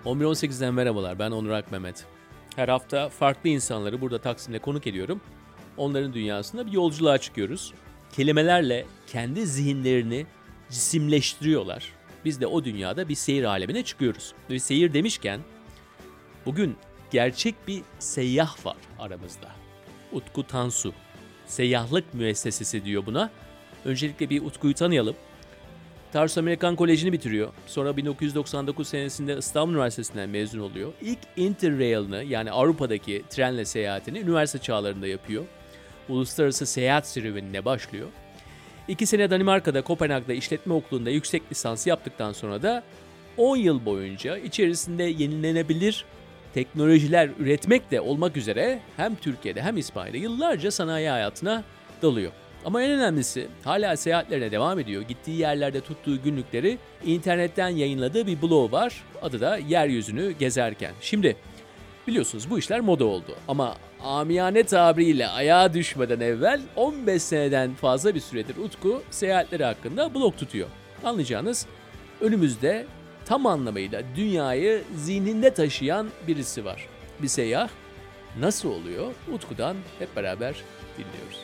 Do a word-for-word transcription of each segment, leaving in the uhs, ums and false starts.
on bir on sekizden merhabalar, ben Onur Akmehmet. Her hafta farklı insanları burada Taksim'de konuk ediyorum. Onların dünyasında bir yolculuğa çıkıyoruz. Kelimelerle kendi zihinlerini cisimleştiriyorlar. Biz de o dünyada bir seyir alemine çıkıyoruz. Ve seyir demişken bugün gerçek bir seyyah var aramızda. Utku Tansu. Seyyahlık müessesesi diyor buna. Öncelikle bir Utku'yu tanıyalım. Tarsus Amerikan Koleji'ni bitiriyor. Sonra bin dokuz yüz doksan dokuz senesinde İstanbul Üniversitesi'nden mezun oluyor. İlk Interrail'ını yani Avrupa'daki trenle seyahatini üniversite çağlarında yapıyor. Uluslararası seyahat serüvenine başlıyor. İki sene Danimarka'da Kopenhag'da işletme okulunda yüksek lisans yaptıktan sonra da on yıl boyunca içerisinde yenilenebilir teknolojiler üretmek de olmak üzere hem Türkiye'de hem İspanya'da yıllarca sanayi hayatına dalıyor. Ama en önemlisi hala seyahatlerine devam ediyor. Gittiği yerlerde tuttuğu günlükleri internetten yayınladığı bir blog var. Adı da Yeryüzünü Gezerken. Şimdi biliyorsunuz bu işler moda oldu. Ama amiyane tabiriyle ayağa düşmeden evvel on beş seneden fazla bir süredir Utku seyahatleri hakkında blog tutuyor. Anlayacağınız önümüzde tam anlamıyla dünyayı zihninde taşıyan birisi var. Bir seyyah nasıl oluyor? Utku'dan hep beraber dinliyoruz.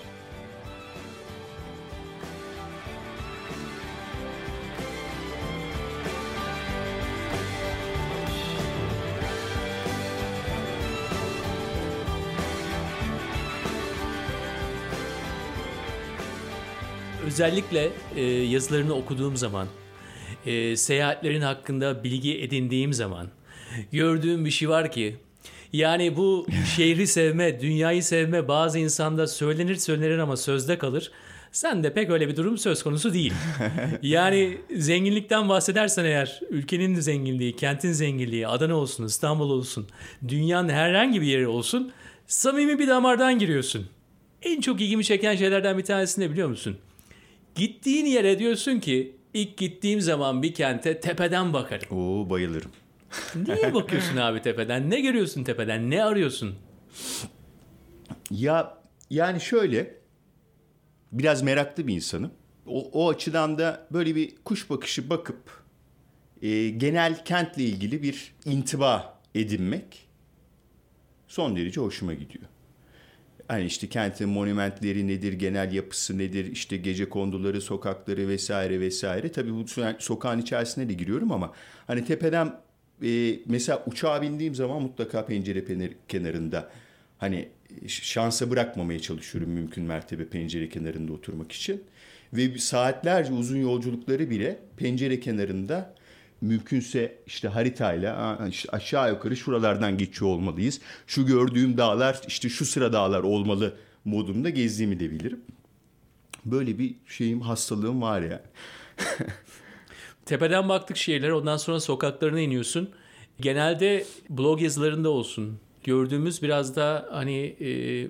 Özellikle e, yazılarını okuduğum zaman, e, seyahatlerin hakkında bilgi edindiğim zaman gördüğüm bir şey var ki, yani bu şehri sevme, dünyayı sevme bazı insanda söylenir söylenir ama sözde kalır. Sen de pek öyle bir durum söz konusu değil. Yani zenginlikten bahsedersen eğer, ülkenin zenginliği, kentin zenginliği, Adana olsun, İstanbul olsun, dünyanın herhangi bir yeri olsun, samimi bir damardan giriyorsun. En çok ilgimi çeken şeylerden bir tanesini de biliyor musun? Gittiğin yere diyorsun ki ilk gittiğim zaman bir kente tepeden bakarım. Oo, bayılırım. Niye bakıyorsun abi tepeden? Ne görüyorsun tepeden? Ne arıyorsun? Ya yani şöyle biraz meraklı bir insanım. O, o açıdan da böyle bir kuş bakışı bakıp e, genel kentle ilgili bir intiba edinmek son derece hoşuma gidiyor. Hani işte kentin monumentleri nedir, genel yapısı nedir, işte gecekonduları, sokakları vesaire vesaire. Tabii bu sokağın içerisine de giriyorum ama hani tepeden e, mesela uçağa bindiğim zaman mutlaka pencere kenarında hani şansa bırakmamaya çalışıyorum mümkün mertebe pencere kenarında oturmak için. Ve saatlerce uzun yolculukları bile pencere kenarında mümkünse işte haritayla işte aşağı yukarı şuralardan geçiyor olmalıyız. Şu gördüğüm dağlar işte şu sıra dağlar olmalı modunda gezdiğimi de bilirim. Böyle bir şeyim, hastalığım var yani. Tepeden baktık şehirlere, ondan sonra sokaklarına iniyorsun. Genelde blog yazılarında olsun gördüğümüz biraz da hani e,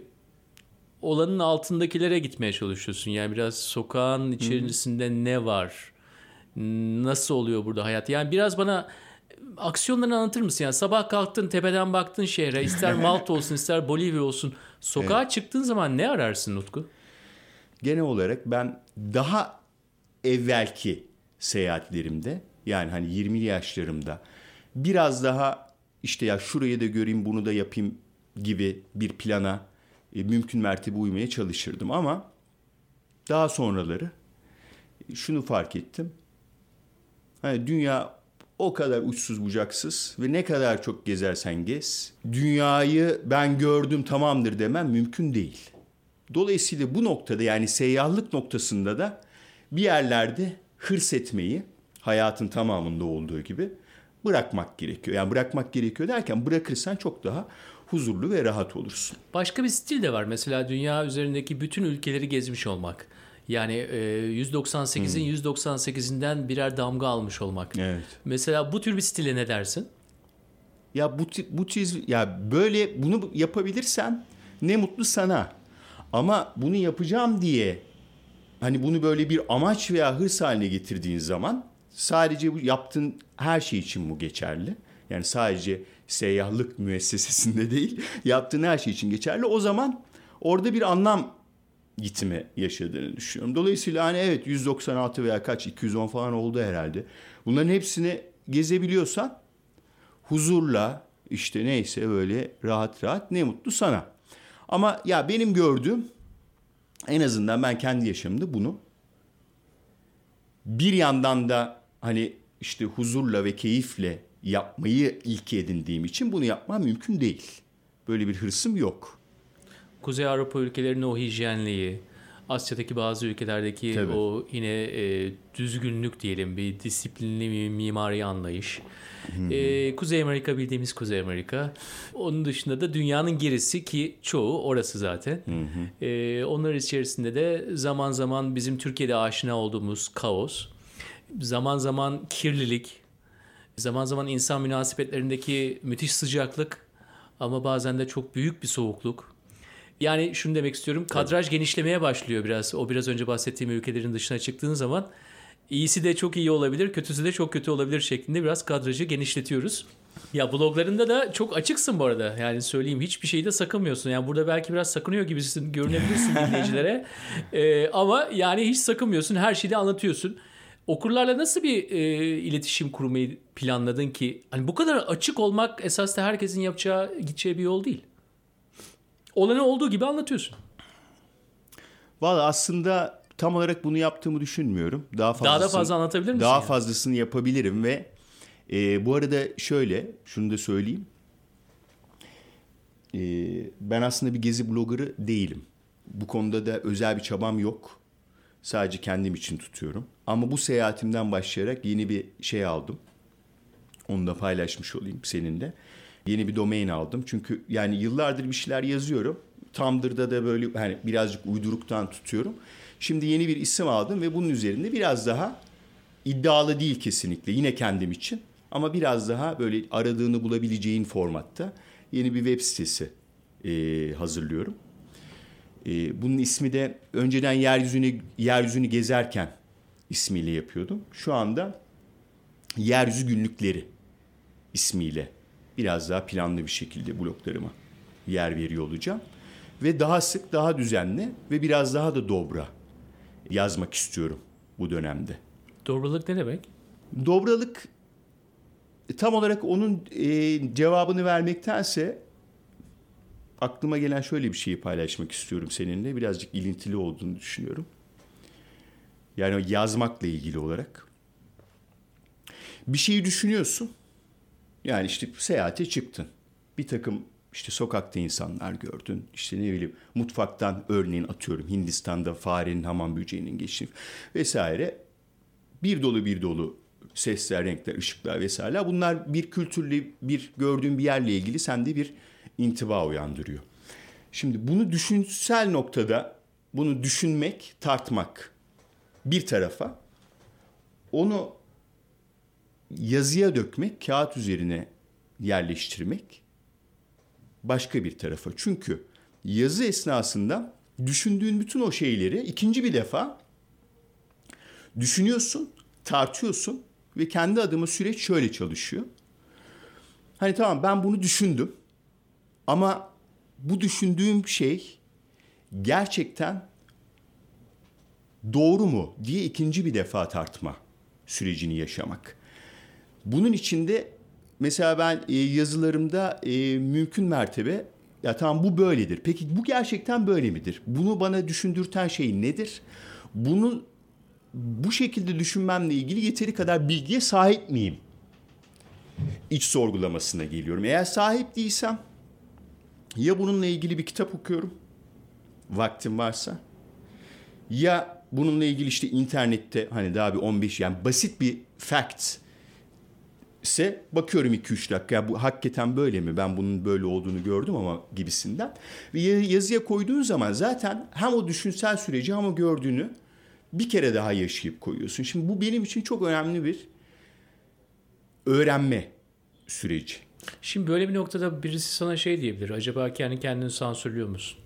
olanın altındakilere gitmeye çalışıyorsun. Yani biraz sokağın içerisinde hmm. ne var? Nasıl oluyor burada hayat? Yani biraz bana aksiyonlarını anlatır mısın? Yani sabah kalktın, tepeden baktın şehre. İster Malta olsun, ister Bolivya olsun. Sokağa evet. çıktığın zaman ne ararsın Utku? Genel olarak ben daha evvelki seyahatlerimde, yani hani yirmili yaşlarımda biraz daha işte ya şurayı da göreyim, bunu da yapayım gibi bir plana e, mümkün mertebe uymaya çalışırdım. Ama daha sonraları şunu fark ettim. Hani dünya o kadar uçsuz bucaksız ve ne kadar çok gezersen gez, dünyayı ben gördüm tamamdır demem mümkün değil. Dolayısıyla bu noktada, yani seyyahlık noktasında da bir yerlerde hırs etmeyi, hayatın tamamında olduğu gibi bırakmak gerekiyor. Yani bırakmak gerekiyor derken bırakırsan çok daha huzurlu ve rahat olursun. Başka bir stil de var. Mesela dünya üzerindeki bütün ülkeleri gezmiş olmak. Yani yüz doksan sekizin hmm. yüz doksan sekizinden birer damga almış olmak. Evet. Mesela bu tür bir stile ne dersin? Ya bu bu çiz ya böyle bunu yapabilirsen ne mutlu sana. Ama bunu yapacağım diye hani bunu böyle bir amaç veya hırs haline getirdiğin zaman sadece bu yaptığın her şey için bu geçerli. Yani sadece seyyahlık müessesesinde değil, yaptığın her şey için geçerli. O zaman orada bir anlam gitme yaşadığını düşünüyorum. Dolayısıyla hani evet yüz doksan altı veya kaç iki yüz on falan oldu herhalde. Bunların hepsini gezebiliyorsan huzurla işte neyse böyle rahat rahat ne mutlu sana. Ama ya benim gördüğüm, en azından ben kendi yaşamımda bunu bir yandan da hani işte huzurla ve keyifle yapmayı ilke edindiğim için bunu yapmam mümkün değil. Böyle bir hırsım yok. Kuzey Avrupa ülkelerinin o hijyenliği, Asya'daki bazı ülkelerdeki Tabii. o yine e, düzgünlük diyelim, bir disiplinli bir mimari anlayış. E, Kuzey Amerika bildiğimiz Kuzey Amerika. Onun dışında da dünyanın gerisi ki çoğu orası zaten. E, onlar içerisinde de zaman zaman bizim Türkiye'de aşina olduğumuz kaos, zaman zaman kirlilik, zaman zaman insan münasebetlerindeki müthiş sıcaklık ama bazen de çok büyük bir soğukluk. Yani şunu demek istiyorum, kadraj genişlemeye başlıyor biraz. O biraz önce bahsettiğim ülkelerin dışına çıktığın zaman iyisi de çok iyi olabilir, kötüsü de çok kötü olabilir şeklinde biraz kadrajı genişletiyoruz. Ya bloglarında da çok açıksın bu arada. Yani söyleyeyim, hiçbir şeyi de sakınmıyorsun. Yani burada belki biraz sakınıyor gibisin, görünebilirsin dinleyicilere. Ee, ama yani hiç sakınmıyorsun, her şeyi de anlatıyorsun. Okurlarla nasıl bir e, iletişim kurmayı planladın ki? Hani bu kadar açık olmak esas da herkesin yapacağı, gideceği bir yol değil. Olanı olduğu gibi anlatıyorsun. Valla aslında tam olarak bunu yaptığımı düşünmüyorum. Daha fazlasını, Daha da fazla anlatabilir misin? Daha yani? fazlasını yapabilirim ve e, bu arada şöyle, şunu da söyleyeyim. E, ben aslında bir gezi bloggerı değilim. Bu konuda da özel bir çabam yok. Sadece kendim için tutuyorum. Ama bu seyahatimden başlayarak yeni bir şey aldım. Onu da paylaşmış olayım seninle. Yeni bir domain aldım. Çünkü yani yıllardır bir şeyler yazıyorum. Tumblr'da da böyle hani birazcık uyduruktan tutuyorum. Şimdi yeni bir isim aldım ve bunun üzerinde biraz daha iddialı değil kesinlikle. Yine kendim için. Ama biraz daha böyle aradığını bulabileceğin formatta yeni bir web sitesi e, hazırlıyorum. E, bunun ismi de önceden yeryüzünü yeryüzünü gezerken ismiyle yapıyordum. Şu anda Yeryüzü Günlükleri ismiyle biraz daha planlı bir şekilde bloglarıma yer veriyor olacağım. Ve daha sık, daha düzenli ve biraz daha da dobra yazmak istiyorum bu dönemde. Dobralık ne demek? Dobralık tam olarak onun e, cevabını vermektense aklıma gelen şöyle bir şeyi paylaşmak istiyorum seninle. Birazcık ilintili olduğunu düşünüyorum. Yani yazmakla ilgili olarak. Bir şeyi düşünüyorsun. Yani işte seyahate çıktın. Bir takım işte sokakta insanlar gördün. İşte ne bileyim mutfaktan örneğin atıyorum Hindistan'da farenin, hamam böceğinin geçtiği vesaire. Bir dolu bir dolu sesler, renkler, ışıklar vesaire. Bunlar bir kültürle, bir gördüğün bir yerle ilgili sende bir intiba uyandırıyor. Şimdi bunu düşünsel noktada bunu düşünmek, tartmak bir tarafa, onu yazıya dökmek, kağıt üzerine yerleştirmek başka bir tarafa. Çünkü yazı esnasında düşündüğün bütün o şeyleri ikinci bir defa düşünüyorsun, tartıyorsun ve kendi adıma süreç şöyle çalışıyor. Hani tamam ben bunu düşündüm ama bu düşündüğüm şey gerçekten doğru mu diye ikinci bir defa tartma sürecini yaşamak. Bunun içinde mesela ben e, yazılarımda e, mümkün mertebe ya tamam bu böyledir. Peki bu gerçekten böyle midir? Bunu bana düşündürten şey nedir? Bunu bu şekilde düşünmemle ilgili yeteri kadar bilgiye sahip miyim? İç sorgulamasına geliyorum. Eğer sahip değilsem ya bununla ilgili bir kitap okuyorum, vaktim varsa, ya bununla ilgili işte internette hani daha bir on beş yani basit bir fact ise bakıyorum iki üç dakika ya bu hakikaten böyle mi? Ben bunun böyle olduğunu gördüm ama gibisinden. Ve yazıya koyduğun zaman zaten hem o düşünsel süreci hem o gördüğünü bir kere daha yaşayıp koyuyorsun. Şimdi bu benim için çok önemli bir öğrenme süreci. Şimdi böyle bir noktada birisi sana şey diyebilir. Acaba kendi kendini sansürlüyor musun?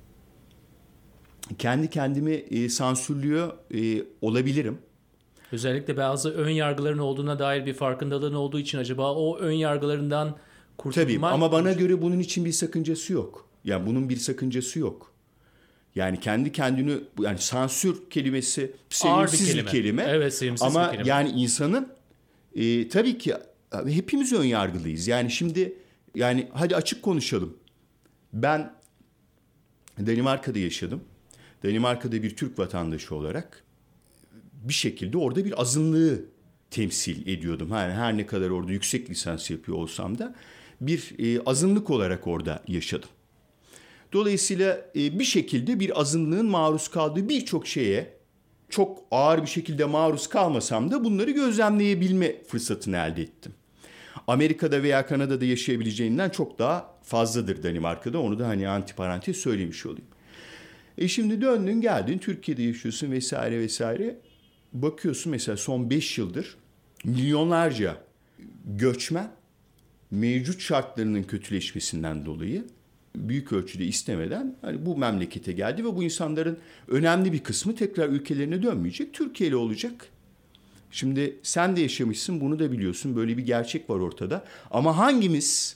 Kendi kendimi e, sansürlüyor e, olabilirim. Özellikle bazı ön yargıların olduğuna dair bir farkındalığın olduğu için acaba o ön yargılarından kurtulmak... Tabii ama bana göre bunun için bir sakıncası yok. Yani bunun bir sakıncası yok. Yani kendi kendini yani sansür kelimesi sevimsiz bir kelime. Evet, sevimsiz ama bir kelime. yani insanın e, tabii ki hepimiz ön yargılıyız. Yani şimdi yani hadi açık konuşalım. Ben Danimarka'da yaşadım. Danimarka'da bir Türk vatandaşı olarak bir şekilde orada bir azınlığı temsil ediyordum. Yani her ne kadar orada yüksek lisans yapıyor olsam da bir e, azınlık olarak orada yaşadım. Dolayısıyla e, bir şekilde bir azınlığın maruz kaldığı birçok şeye çok ağır bir şekilde maruz kalmasam da bunları gözlemleyebilme fırsatını elde ettim. Amerika'da veya Kanada'da yaşayabileceğinden çok daha fazladır Danimarka'da. Onu da hani antiparantez söylemiş olayım. E şimdi döndün geldin Türkiye'de yaşıyorsun vesaire vesaire. Bakıyorsun mesela son beş yıldır milyonlarca göçmen mevcut şartlarının kötüleşmesinden dolayı büyük ölçüde istemeden hani bu memlekete geldi ve bu insanların önemli bir kısmı tekrar ülkelerine dönmeyecek. Türkiye'li olacak. Şimdi sen de yaşamışsın, bunu da biliyorsun. Böyle bir gerçek var ortada. Ama hangimiz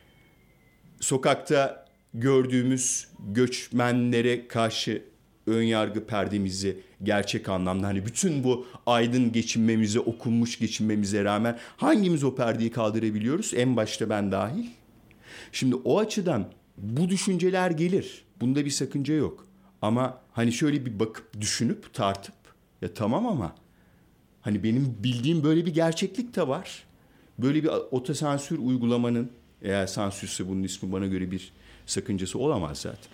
sokakta gördüğümüz göçmenlere karşı önyargı perdemizi gerçek anlamda hani bütün bu aydın geçinmemize, okunmuş geçinmemize rağmen hangimiz o perdeyi kaldırabiliyoruz? En başta ben dahil. Şimdi o açıdan bu düşünceler gelir. Bunda bir sakınca yok. Ama hani şöyle bir bakıp düşünüp tartıp ya tamam ama hani benim bildiğim böyle bir gerçeklik de var. Böyle bir otosansür uygulamanın, eğer sansürse bunun ismi bana göre bir sakıncası olamaz zaten.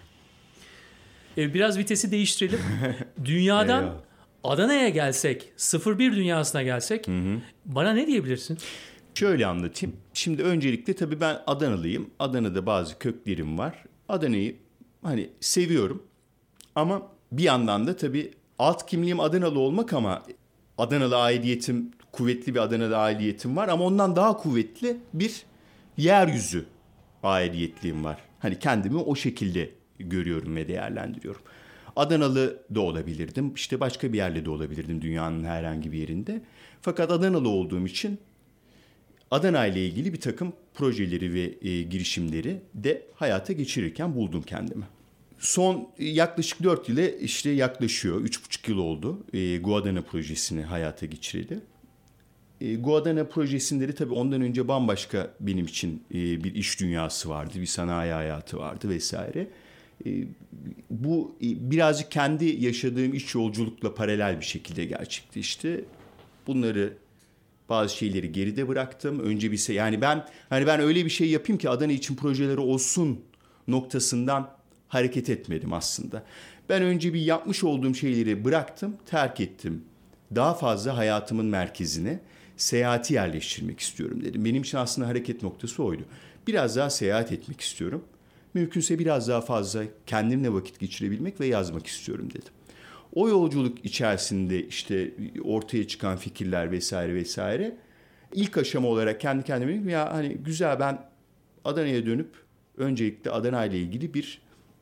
Biraz vitesi değiştirelim. Dünyadan Adana'ya gelsek, sıfır bir dünyasına gelsek, hı hı, bana ne diyebilirsin? Şöyle anlatayım. Şimdi öncelikle tabii ben Adanalıyım. Adana'da bazı köklerim var. Adana'yı hani seviyorum. Ama bir yandan da tabii alt kimliğim Adanalı olmak ama Adanalı aidiyetim, kuvvetli bir Adanalı aidiyetim var. Ama ondan daha kuvvetli bir yeryüzü aidiyetliğim var. Hani kendimi o şekilde görüyorum ve değerlendiriyorum. Adanalı da olabilirdim. İşte başka bir yerde de olabilirdim dünyanın herhangi bir yerinde. Fakat Adanalı olduğum için Adana ile ilgili bir takım projeleri ve e, girişimleri de hayata geçirirken buldum kendimi. Son yaklaşık dört yıla işte yaklaşıyor. Üç buçuk yıl oldu e, Guadana projesini hayata geçirdi. E, Guadana projesinde de tabii ondan önce bambaşka benim için e, bir iş dünyası vardı. Bir sanayi hayatı vardı vesaire. E, bu e, birazcık kendi yaşadığım iç yolculukla paralel bir şekilde gerçekleşti. Bunları bazı şeyleri geride bıraktım. Önce bir şey yani ben hani ben öyle bir şey yapayım ki Adana için projeleri olsun noktasından hareket etmedim aslında. Ben önce bir yapmış olduğum şeyleri bıraktım, terk ettim. Daha fazla hayatımın merkezine seyahati yerleştirmek istiyorum dedim. Benim için aslında hareket noktası oydu. Biraz daha seyahat etmek istiyorum. Mümkünse biraz daha fazla kendimle vakit geçirebilmek ve yazmak istiyorum dedim. O yolculuk içerisinde işte ortaya çıkan fikirler vesaire vesaire ilk aşama olarak kendi kendime dedim ya hani güzel ben Adana'ya dönüp öncelikle Adana ile ilgili bir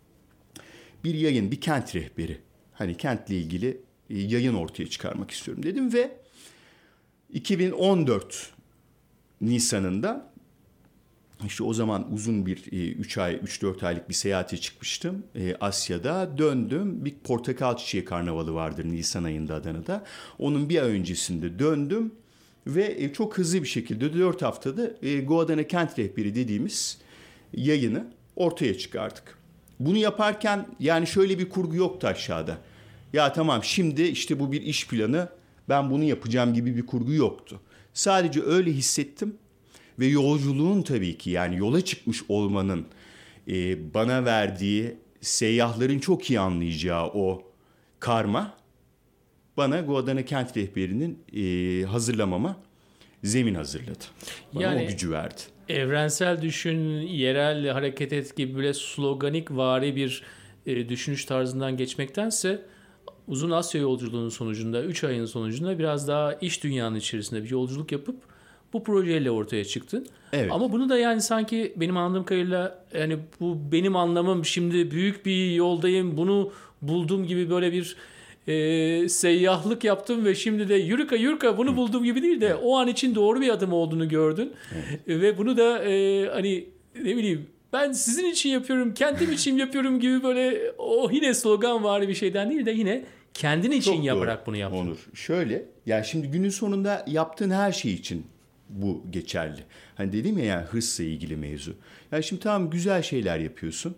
bir yayın, bir kent rehberi. Hani kentle ilgili yayın ortaya çıkarmak istiyorum dedim ve iki bin on dört Nisan'ında işte o zaman uzun bir üç ay, üç dört aylık bir seyahate çıkmıştım. E, Asya'da döndüm. Bir portakal çiçeği karnavalı vardır Nisan ayında Adana'da. Onun bir ay öncesinde döndüm. Ve e, çok hızlı bir şekilde dört haftada e, Guadana Kent Rehberi dediğimiz yayını ortaya çıkardık. Bunu yaparken yani şöyle bir kurgu yoktu aşağıda. Ya tamam şimdi işte bu bir iş planı, ben bunu yapacağım gibi bir kurgu yoktu. Sadece öyle hissettim. Ve yolculuğun tabii ki yani yola çıkmış olmanın e, bana verdiği seyyahların çok iyi anlayacağı o karma bana Guadana Kent Rehberi'nin e, hazırlamama zemin hazırladı. Bana yani, o gücü verdi. Evrensel düşün, yerel hareket et gibi böyle sloganik vari bir e, düşünüş tarzından geçmektense uzun Asya yolculuğunun sonucunda, üç ayın sonucunda biraz daha iç dünyanın içerisinde bir yolculuk yapıp bu projeyle ortaya çıktın. Evet. Ama bunu da yani sanki benim anladığım kadarıyla yani bu benim anlamım, şimdi büyük bir yoldayım, bunu buldum gibi böyle bir e, seyyahlık yaptım ve şimdi de yürüka yürüka bunu buldum gibi değil de evet, o an için doğru bir adım olduğunu gördün. Evet. Ve bunu da e, hani ne bileyim ben sizin için yapıyorum, kendim için yapıyorum gibi böyle o yine slogan var bir şeyden değil de yine kendin için çok yaparak doğru, bunu yaptın. Onur. Şöyle yani şimdi günün sonunda yaptığın her şey için bu geçerli. Hani dedim ya, yani hırsla ilgili mevzu. Yani şimdi tamam, güzel şeyler yapıyorsun.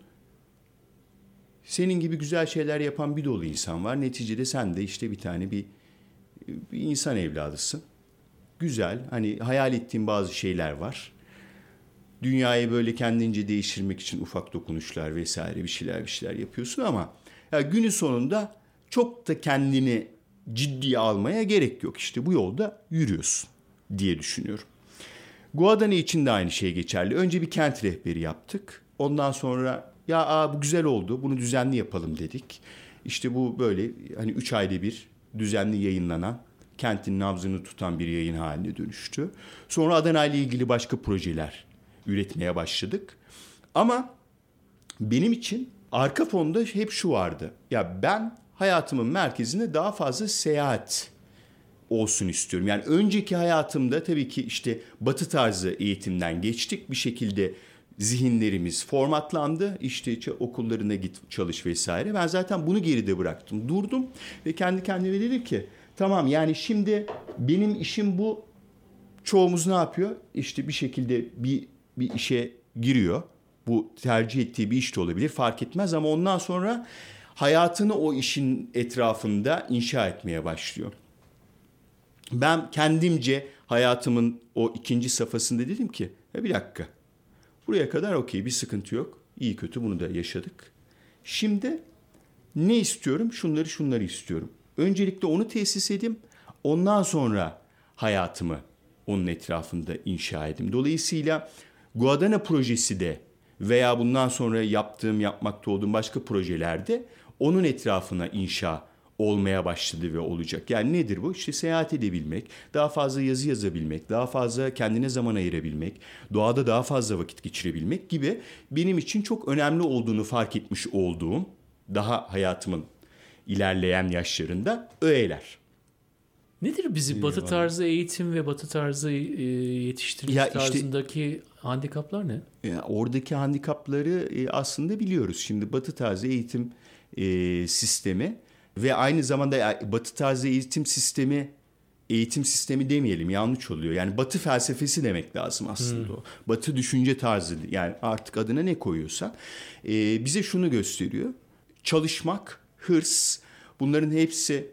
Senin gibi güzel şeyler yapan bir dolu insan var. Neticede sen de işte bir tane bir, bir insan evladısın. Güzel, hani hayal ettiğin bazı şeyler var. Dünyayı böyle kendince değiştirmek için ufak dokunuşlar vesaire bir şeyler bir şeyler yapıyorsun ama ya günün sonunda çok da kendini ciddiye almaya gerek yok. İşte bu yolda yürüyorsun diye düşünüyorum. Guadani için de aynı şey geçerli. Önce bir kent rehberi yaptık. Ondan sonra ya aa, bu güzel oldu, bunu düzenli yapalım dedik. İşte bu böyle hani üç ayda bir düzenli yayınlanan, kentin nabzını tutan bir yayın haline dönüştü. Sonra Adana ile ilgili başka projeler üretmeye başladık. Ama benim için arka fonda hep şu vardı. Ya ben hayatımın merkezinde daha fazla seyahat olsun istiyorum. Yani önceki hayatımda tabii ki işte Batı tarzı eğitimden geçtik. Bir şekilde zihinlerimiz formatlandı. İşte okullarına git çalış vesaire. Ben zaten bunu geride bıraktım. Durdum ve kendi kendime dedim ki tamam, yani şimdi benim işim bu. Çoğumuz ne yapıyor? İşte bir şekilde bir bir işe giriyor. Bu tercih ettiği bir iş de olabilir, fark etmez, ama ondan sonra hayatını o işin etrafında inşa etmeye başlıyor. Ben kendimce hayatımın o ikinci safhasında dedim ki ya bir dakika, buraya kadar okey, bir sıkıntı yok. İyi kötü bunu da yaşadık. Şimdi ne istiyorum? Şunları şunları istiyorum. Öncelikle onu tesis edeyim. Ondan sonra hayatımı onun etrafında inşa edeyim. Dolayısıyla Guadana projesi de veya bundan sonra yaptığım, yapmakta olduğum başka projelerde onun etrafına inşa olmaya başladı ve olacak. Yani nedir bu? İşte seyahat edebilmek, daha fazla yazı yazabilmek, daha fazla kendine zaman ayırabilmek, doğada daha fazla vakit geçirebilmek gibi benim için çok önemli olduğunu fark etmiş olduğum, daha hayatımın ilerleyen yaşlarında öğeler. Nedir bizi Batı Eyvallah. tarzı eğitim ve Batı tarzı e, yetiştirme Ya işte- tarzındaki handikaplar ne? Yani oradaki handikapları e, aslında biliyoruz. Şimdi Batı tarzı eğitim e, sistemi ve aynı zamanda e, Batı tarzı eğitim sistemi eğitim sistemi demeyelim, yanlış oluyor. Yani Batı felsefesi demek lazım aslında o. Batı düşünce tarzı, yani artık adına ne koyuyorsan e, bize şunu gösteriyor. Çalışmak, hırs, bunların hepsi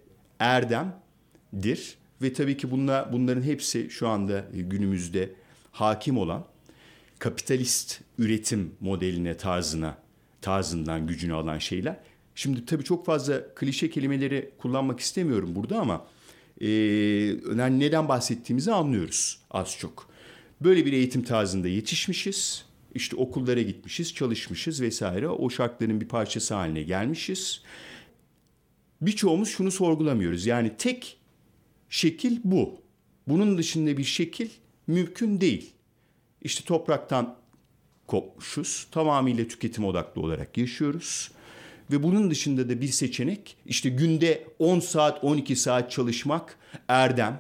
erdemdir ve tabii ki bunlar, bunların hepsi şu anda günümüzde hakim olan kapitalist üretim modeline, tarzına, tarzından gücünü alan şeyler. Şimdi tabii çok fazla klişe kelimeleri kullanmak istemiyorum burada ama e, neden bahsettiğimizi anlıyoruz az çok. Böyle bir eğitim tarzında yetişmişiz. İşte okullara gitmişiz, çalışmışız vesaire. O şartların bir parçası haline gelmişiz. Birçoğumuz şunu sorgulamıyoruz. Yani tek şekil bu. Bunun dışında bir şekil mümkün değil. İşte topraktan kopmuşuz. Tamamıyla tüketim odaklı olarak yaşıyoruz. Ve bunun dışında da bir seçenek, işte günde on saat, on iki saat çalışmak erdem.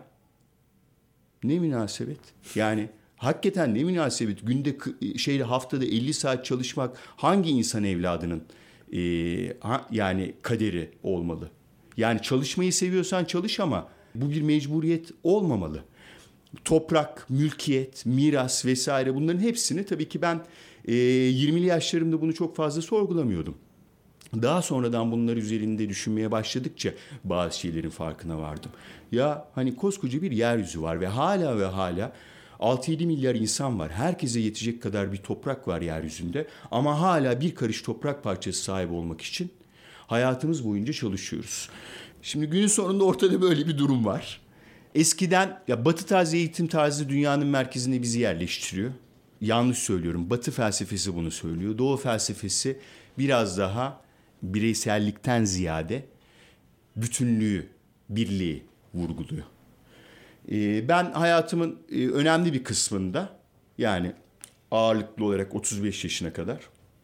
Ne münasebet? Yani hakikaten ne münasebet? Günde şeyle haftada elli saat çalışmak hangi insan evladının e, ha, yani kaderi olmalı? Yani çalışmayı seviyorsan çalış ama bu bir mecburiyet olmamalı. Toprak, mülkiyet, miras vesaire, bunların hepsini tabii ki ben e, yirmili yaşlarımda bunu çok fazla sorgulamıyordum. Daha sonradan bunlar üzerinde düşünmeye başladıkça bazı şeylerin farkına vardım. Ya hani koskoca bir yeryüzü var ve hala ve hala altı yedi milyar insan var. Herkese yetecek kadar bir toprak var yeryüzünde. Ama hala bir karış toprak parçası sahibi olmak için hayatımız boyunca çalışıyoruz. Şimdi günün sonunda ortada böyle bir durum var. Eskiden ya Batı tarzı eğitim tarzı dünyanın merkezine bizi yerleştiriyor. Yanlış söylüyorum. Batı felsefesi bunu söylüyor. Doğu felsefesi biraz daha bireysellikten ziyade bütünlüğü, birliği vurguluyor. Ee, ben hayatımın e, önemli bir kısmında, yani ağırlıklı olarak otuz beş yaşına kadar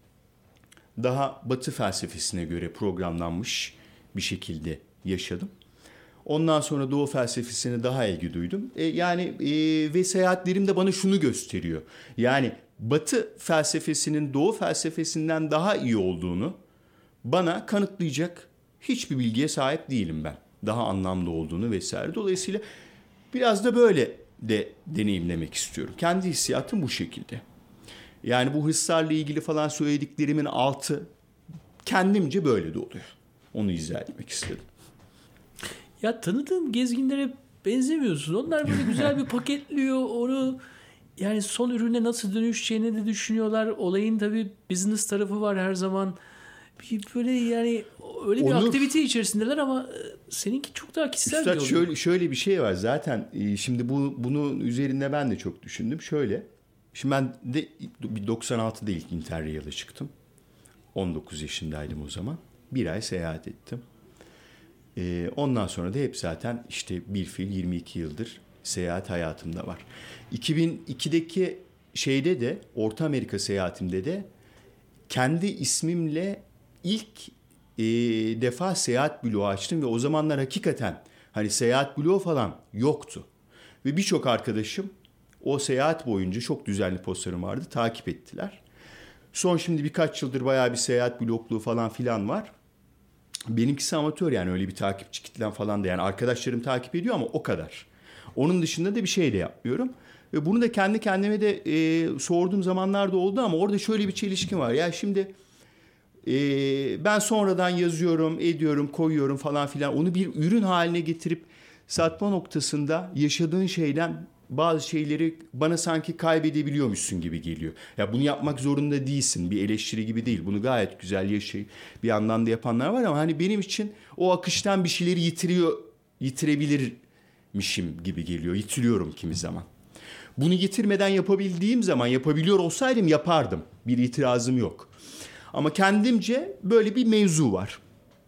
daha Batı felsefesine göre programlanmış bir şekilde yaşadım. Ondan sonra Doğu felsefesine daha ilgi duydum. E, yani e, ve seyahatlerim de bana şunu gösteriyor. Yani Batı felsefesinin Doğu felsefesinden daha iyi olduğunu bana kanıtlayacak hiçbir bilgiye sahip değilim ben. Daha anlamlı olduğunu vesaire. Dolayısıyla biraz da böyle de deneyimlemek istiyorum. Kendi hissiyatım bu şekilde. Yani bu hırslarla ilgili falan söylediklerimin altı kendimce böyle de oluyor. Onu izah etmek istedim. Ya tanıdığım gezginlere benzemiyorsun. Onlar böyle güzel bir paketliyor onu. Yani son ürüne nasıl dönüşeceğini de düşünüyorlar. Olayın tabii business tarafı var her zaman. Bir böyle yani öyle bir Onur, aktivite içerisindeler ama seninki çok daha kişisel Üstad, bir oluyor. şöyle, şöyle bir şey var zaten. Şimdi bu bunun üzerinde ben de çok düşündüm. Şöyle. Şimdi ben de doksan altıda ilk Interrail'a çıktım. on dokuz yaşındaydım o zaman. Bir ay seyahat ettim. Ee, ondan sonra da hep zaten işte bir fiil yirmi iki yıldır seyahat hayatımda var. iki bin ikideki şeyde de Orta Amerika seyahatimde de kendi ismimle ilk e, defa seyahat bloğu açtım ve o zamanlar hakikaten hani seyahat bloğu falan yoktu. Ve birçok arkadaşım o seyahat boyunca çok düzenli postlarım vardı, takip ettiler. Son şimdi birkaç yıldır bayağı bir seyahat blokluğu falan filan var. Benimkisi amatör, yani öyle bir takipçi kitlen falan da, yani arkadaşlarım takip ediyor ama o kadar. Onun dışında da bir şey de yapmıyorum. Ve bunu da kendi kendime de e, sorduğum zamanlarda oldu ama orada şöyle bir çelişki var. Ya şimdi e, ben sonradan yazıyorum, ediyorum, koyuyorum falan filan. Onu bir ürün haline getirip satma noktasında yaşadığın şeyden bazı şeyleri bana sanki kaybedebiliyormuşsun gibi geliyor. Ya bunu yapmak zorunda değilsin. Bir eleştiri gibi değil. Bunu gayet güzel yaşayıp bir yandan da yapanlar var ama hani benim için o akıştan bir şeyleri yitiriyor, yitirebilirmişim gibi geliyor. Yitiriyorum kimi zaman. Bunu yitirmeden yapabildiğim zaman, yapabiliyor olsaydım yapardım. Bir itirazım yok. Ama kendimce böyle bir mevzu var.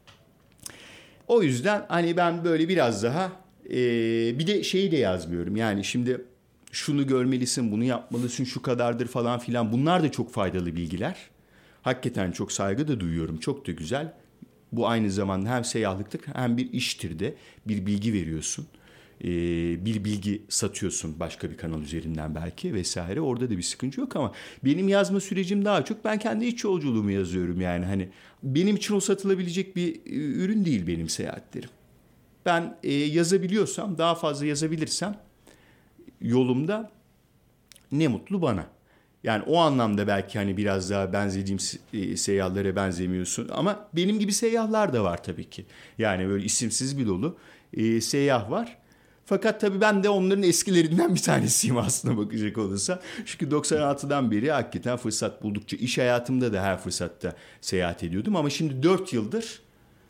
O yüzden hani ben böyle biraz daha Ee, bir de şeyi de yazmıyorum. Yani şimdi şunu görmelisin, bunu yapmalısın, şu kadardır falan filan. Bunlar da çok faydalı bilgiler. Hakikaten çok saygı da duyuyorum. Çok da güzel. Bu aynı zamanda hem seyyahlıktır hem bir iştir de. Bir bilgi veriyorsun. Ee, bir bilgi satıyorsun başka bir kanal üzerinden belki vesaire. Orada da bir sıkıntı yok ama benim yazma sürecim daha çok, ben kendi iç yolculuğumu yazıyorum yani. Hani benim için o satılabilecek bir ürün değil benim seyahatlerim. Ben e, yazabiliyorsam, daha fazla yazabilirsem yolumda ne mutlu bana. Yani o anlamda belki hani biraz daha benzediğim e, seyyahlara benzemiyorsun. Ama benim gibi seyyahlar da var tabii ki. Yani böyle isimsiz bir dolu e, seyyah var. Fakat tabii ben de onların eskilerinden bir tanesiyim aslında bakacak olursa. Çünkü doksan altıdan beri hakikaten fırsat buldukça, iş hayatımda da her fırsatta seyahat ediyordum. Ama şimdi dört yıldır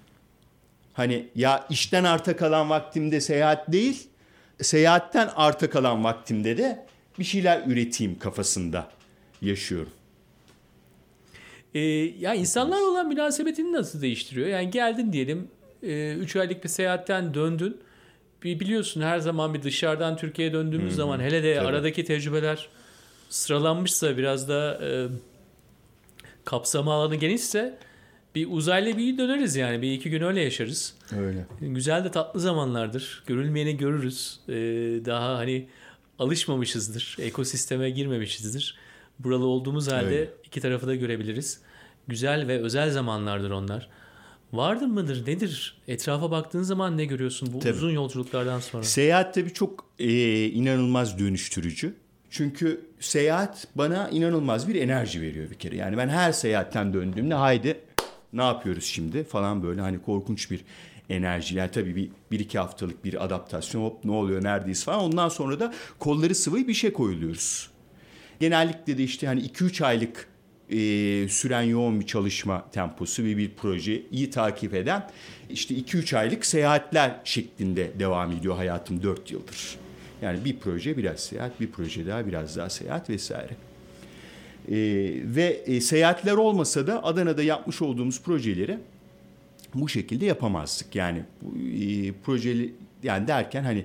hani ya işten arta kalan vaktimde seyahat değil, seyahatten arta kalan vaktimde de bir şeyler üreteyim kafasında yaşıyorum. Ee, ya insanlarla olan münasebetini nasıl değiştiriyor? Yani geldin diyelim, üç e, aylık bir seyahatten döndün. Bir biliyorsun her zaman bir dışarıdan Türkiye'ye döndüğümüz Hı-hı. zaman hele de Tabii. aradaki tecrübeler sıralanmışsa, biraz da e, kapsama alanı genişse bir uzaylı bir döneriz yani. Bir iki gün öyle yaşarız. Öyle. Güzel de tatlı zamanlardır. Görülmeyeni görürüz. Ee, daha hani alışmamışızdır. Ekosisteme girmemişizdir. Buralı olduğumuz halde öyle. iki tarafı da görebiliriz. Güzel ve özel zamanlardır onlar. Vardır mıdır? Nedir? Etrafa baktığın zaman ne görüyorsun bu tabii. uzun yolculuklardan sonra? Seyahat tabii çok e, inanılmaz dönüştürücü. Çünkü seyahat bana inanılmaz bir enerji veriyor bir kere. Yani ben her seyahatten döndüğümde haydi ne yapıyoruz şimdi falan, böyle hani korkunç bir enerjiler. Tabii bir, bir iki haftalık bir adaptasyon, hop ne oluyor neredeyiz falan. Ondan sonra da kolları sıvayıp bir şey koyuluyoruz. Genellikle de işte hani iki üç aylık e, süren yoğun bir çalışma temposu ve bir projeyi takip eden işte iki üç aylık seyahatler şeklinde devam ediyor hayatım dört yıldır. Yani bir proje biraz seyahat, bir proje daha biraz daha seyahat vesaire. Ee, ve e, seyahatler olmasa da Adana'da yapmış olduğumuz projeleri bu şekilde yapamazdık. Yani e, projeli yani derken hani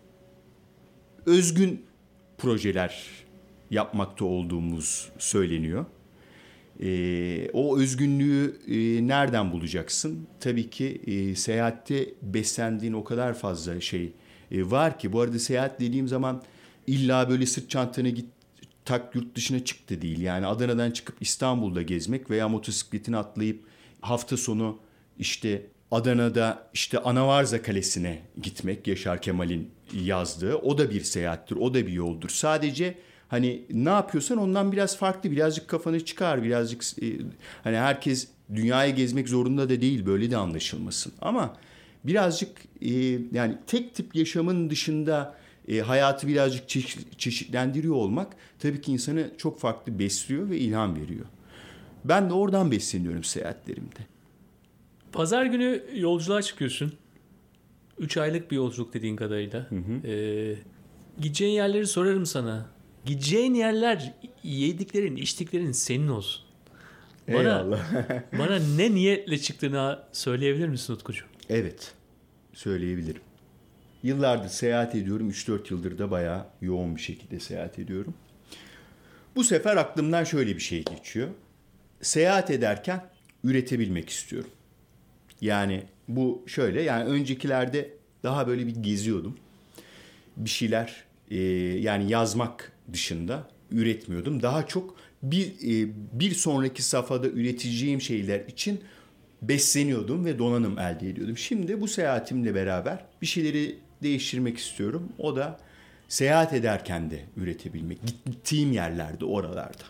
özgün projeler yapmakta olduğumuz söyleniyor. E, o özgünlüğü e, nereden bulacaksın? Tabii ki e, seyahatte beslendiğin o kadar fazla şey e, var ki. Bu arada seyahat dediğim zaman illa böyle sırt çantanı git tak yurt dışına çıktı değil. Yani Adana'dan çıkıp İstanbul'da gezmek veya motosikletini atlayıp hafta sonu işte Adana'da işte Anavarza Kalesi'ne gitmek, Yaşar Kemal'in yazdığı, o da bir seyahattir, o da bir yoldur. Sadece hani ne yapıyorsan ondan biraz farklı, birazcık kafanı çıkar, birazcık e, hani herkes dünyayı gezmek zorunda da değil, böyle de anlaşılmasın. Ama birazcık e, yani tek tip yaşamın dışında e, hayatı birazcık çeşit, çeşitlendiriyor olmak tabii ki insanı çok farklı besliyor ve ilham veriyor. Ben de oradan besleniyorum seyahatlerimde. Pazar günü yolculuğa çıkıyorsun. Üç aylık bir yolculuk dediğin kadarıyla. Hı hı. Ee, gideceğin yerleri sorarım sana. Gideceğin yerler, yediklerin, içtiklerin senin olsun. Bana, Eyvallah. bana ne niyetle çıktığını söyleyebilir misin Utkucuğum? Evet, söyleyebilirim. Yıllardır seyahat ediyorum. üç dört yıldır da bayağı yoğun bir şekilde seyahat ediyorum. Bu sefer aklımdan şöyle bir şey geçiyor. Seyahat ederken üretebilmek istiyorum. Yani bu şöyle, yani öncekilerde daha böyle bir geziyordum. Bir şeyler e, yani yazmak dışında üretmiyordum. Daha çok bir e, bir sonraki safhada üreteceğim şeyler için besleniyordum ve donanım elde ediyordum. Şimdi bu seyahatimle beraber bir şeyleri değiştirmek istiyorum. O da seyahat ederken de üretebilmek. Gittiğim yerlerde, oralarda.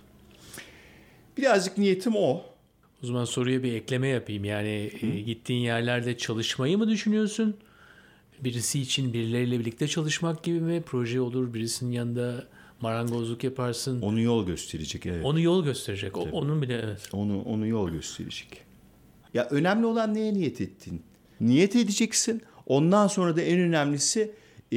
Birazcık niyetim o. O zaman soruya bir ekleme yapayım. Yani e, gittiğin yerlerde çalışmayı mı düşünüyorsun? Birisi için birileriyle birlikte çalışmak gibi mi? Proje olur, birisinin yanında marangozluk yaparsın. Onu yol gösterecek, evet. Onu yol gösterecek. O, onun bile evet. Onu onu yol gösterecek. Ya önemli olan neye niyet ettin? Niyet edeceksin. Ondan sonra da en önemlisi e,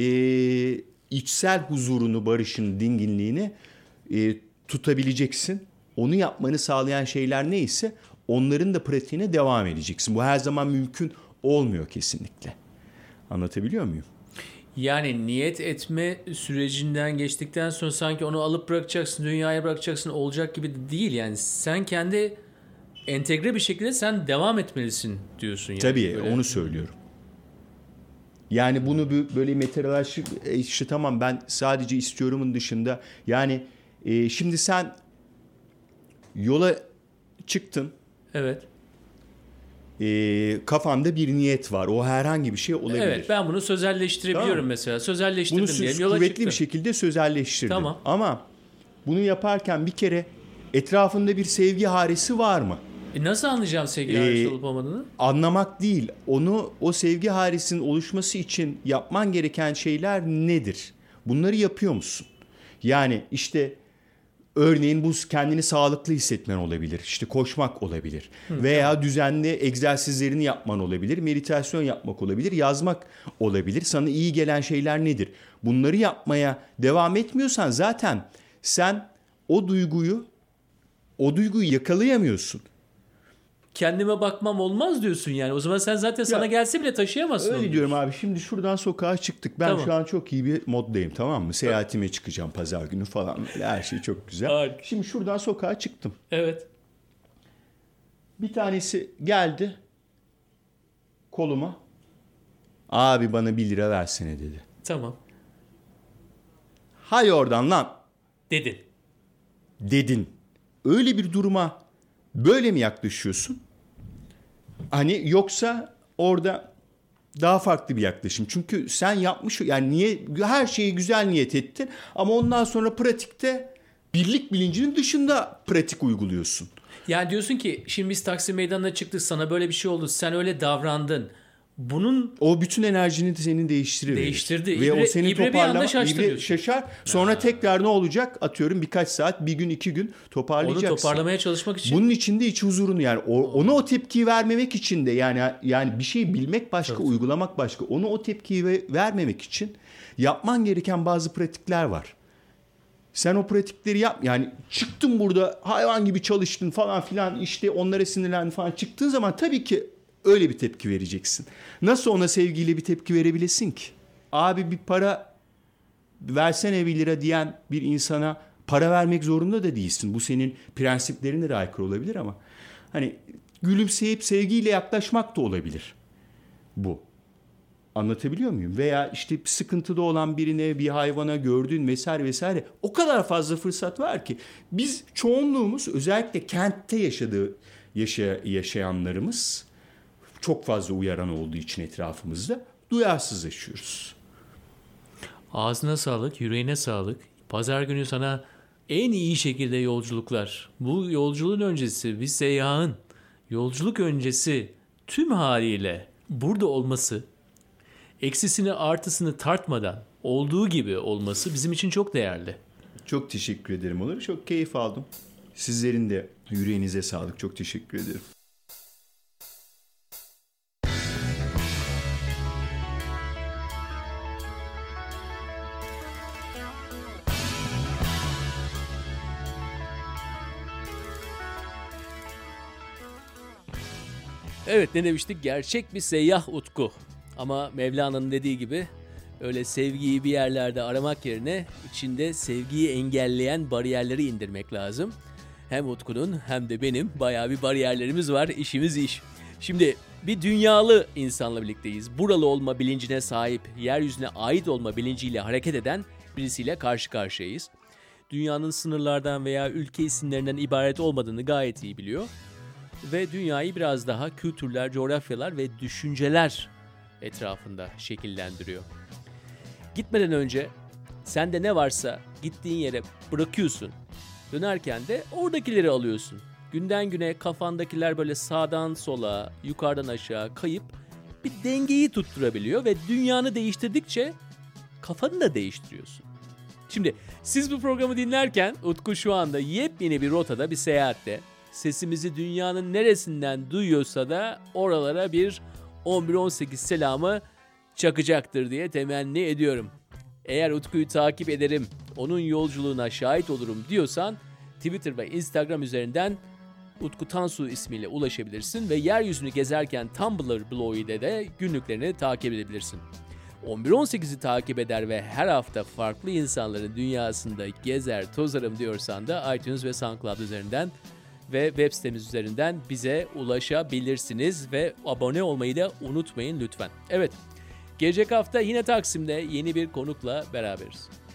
içsel huzurunu, barışını, dinginliğini e, tutabileceksin. Onu yapmanı sağlayan şeyler neyse onların da pratiğine devam edeceksin. Bu her zaman mümkün olmuyor kesinlikle. Anlatabiliyor muyum? Yani niyet etme sürecinden geçtikten sonra sanki onu alıp bırakacaksın, dünyaya bırakacaksın olacak gibi de değil. Yani sen kendi entegre bir şekilde sen devam etmelisin diyorsun. Yani. Tabii Böyle. Onu söylüyorum. Yani bunu böyle meteorolojik işte tamam ben sadece istiyorumun dışında yani e, şimdi sen yola çıktın. Evet. E, kafanda bir niyet var. O herhangi bir şey olabilir. Evet, ben bunu sözelleştirebiliyorum tamam. mesela. Sözelleştirdim bunu diyelim. Yola kuvvetli çıktım. bir şekilde sözelleştirdin. Tamam. Ama bunu yaparken bir kere etrafında bir sevgi haresi var mı? E nasıl anlayacağım sevgi ee, haresi olup olmadığını? Anlamak değil. Onu o sevgi haresinin oluşması için yapman gereken şeyler nedir? Bunları yapıyor musun? Yani işte örneğin bu kendini sağlıklı hissetmen olabilir. İşte koşmak olabilir. Hı, veya tamam. düzenli egzersizlerini yapman olabilir. Meditasyon yapmak olabilir. Yazmak olabilir. Sana iyi gelen şeyler nedir? Bunları yapmaya devam etmiyorsan zaten sen o duyguyu o duyguyu yakalayamıyorsun. Kendime bakmam olmaz diyorsun yani. O zaman sen zaten ya, sana gelse bile taşıyamazsın. Öyle diyorum abi. Şimdi şuradan sokağa çıktık. Ben tamam. şu an çok iyi bir moddayım, tamam mı? Seyahatime çıkacağım pazar günü falan. Her şey çok güzel. Harika. Şimdi şuradan sokağa çıktım. Evet. Bir tanesi geldi koluma. Abi bana bir lira versene dedi. Tamam. Hay oradan lan. Dedin. Dedin. Öyle bir duruma böyle mi yaklaşıyorsun? Hani yoksa orada daha farklı bir yaklaşım. Çünkü sen yapmış yani niye her şeyi güzel niyet ettin ama ondan sonra pratikte birlik bilincinin dışında pratik uyguluyorsun. Yani diyorsun ki şimdi biz Taksim Meydanı'na çıktık, sana böyle bir şey oldu, sen öyle davrandın. Bunun o bütün enerjini de senin değiştiriyor. Değiştirdi. Ve İbre, o seni toparlama, ibre şaşar. Sonra ha. tekrar ne olacak? Atıyorum birkaç saat, bir gün, iki gün toparlayacaksın. Onu toparlamaya çalışmak için. Bunun içinde iç huzurunu yani o, ona o tepkiyi vermemek için de yani yani bir şeyi bilmek başka, evet. uygulamak başka. Ona o tepkiyi vermemek için yapman gereken bazı pratikler var. Sen o pratikleri yap. Yani çıktın burada hayvan gibi çalıştın falan filan işte onlara sinirlendin falan. Çıktığın zaman tabii ki öyle bir tepki vereceksin. Nasıl ona sevgiyle bir tepki verebilesin ki? Abi bir para versene bir lira diyen bir insana para vermek zorunda da değilsin. Bu senin prensiplerine de aykırı olabilir ama hani gülümseyip sevgiyle yaklaşmak da olabilir bu. Anlatabiliyor muyum? Veya işte sıkıntıda olan birine, bir hayvana gördün vesaire vesaire. O kadar fazla fırsat var ki biz çoğunluğumuz özellikle kentte yaşadığı yaşa, yaşayanlarımız çok fazla uyaran olduğu için etrafımızda duyarsızlaşıyoruz. Ağzına sağlık, yüreğine sağlık. Pazar günü sana en iyi şekilde yolculuklar. Bu yolculuğun öncesi bir seyyahın yolculuk öncesi tüm haliyle burada olması, eksisini artısını tartmadan olduğu gibi olması bizim için çok değerli. Çok teşekkür ederim Onur. Çok keyif aldım. Sizlerin de yüreğinize sağlık. Çok teşekkür ederim. Evet, ne demiştik? Gerçek bir seyyah Utku. Ama Mevlana'nın dediği gibi öyle sevgiyi bir yerlerde aramak yerine içinde sevgiyi engelleyen bariyerleri indirmek lazım. Hem Utku'nun hem de benim bayağı bir bariyerlerimiz var. İşimiz iş. Şimdi bir dünyalı insanla birlikteyiz. Buralı olma bilincine sahip, yeryüzüne ait olma bilinciyle hareket eden birisiyle karşı karşıyayız. Dünyanın sınırlardan veya ülke isimlerinden ibaret olmadığını gayet iyi biliyor. Ve dünyayı biraz daha kültürler, coğrafyalar ve düşünceler etrafında şekillendiriyor. Gitmeden önce sende ne varsa gittiğin yere bırakıyorsun. Dönerken de oradakileri alıyorsun. Günden güne kafandakiler böyle sağdan sola, yukarıdan aşağı kayıp bir dengeyi tutturabiliyor ve dünyanı değiştirdikçe kafanı da değiştiriyorsun. Şimdi siz bu programı dinlerken Utku şu anda yepyeni bir rotada, bir seyahatte. Sesimizi dünyanın neresinden duyuyorsa da oralara bir on bir on sekiz selamı çakacaktır diye temenni ediyorum. Eğer Utku'yu takip ederim, onun yolculuğuna şahit olurum diyorsan Twitter ve Instagram üzerinden Utku Tansu ismiyle ulaşabilirsin ve yeryüzünü gezerken Tumblr blog'uyla de günlüklerini takip edebilirsin. on bir on sekizi takip eder ve her hafta farklı insanların dünyasında gezer tozarım diyorsan da iTunes ve SoundCloud üzerinden ve web sitemiz üzerinden bize ulaşabilirsiniz ve abone olmayı da unutmayın lütfen. Evet, gelecek hafta yine Taksim'de yeni bir konukla beraberiz.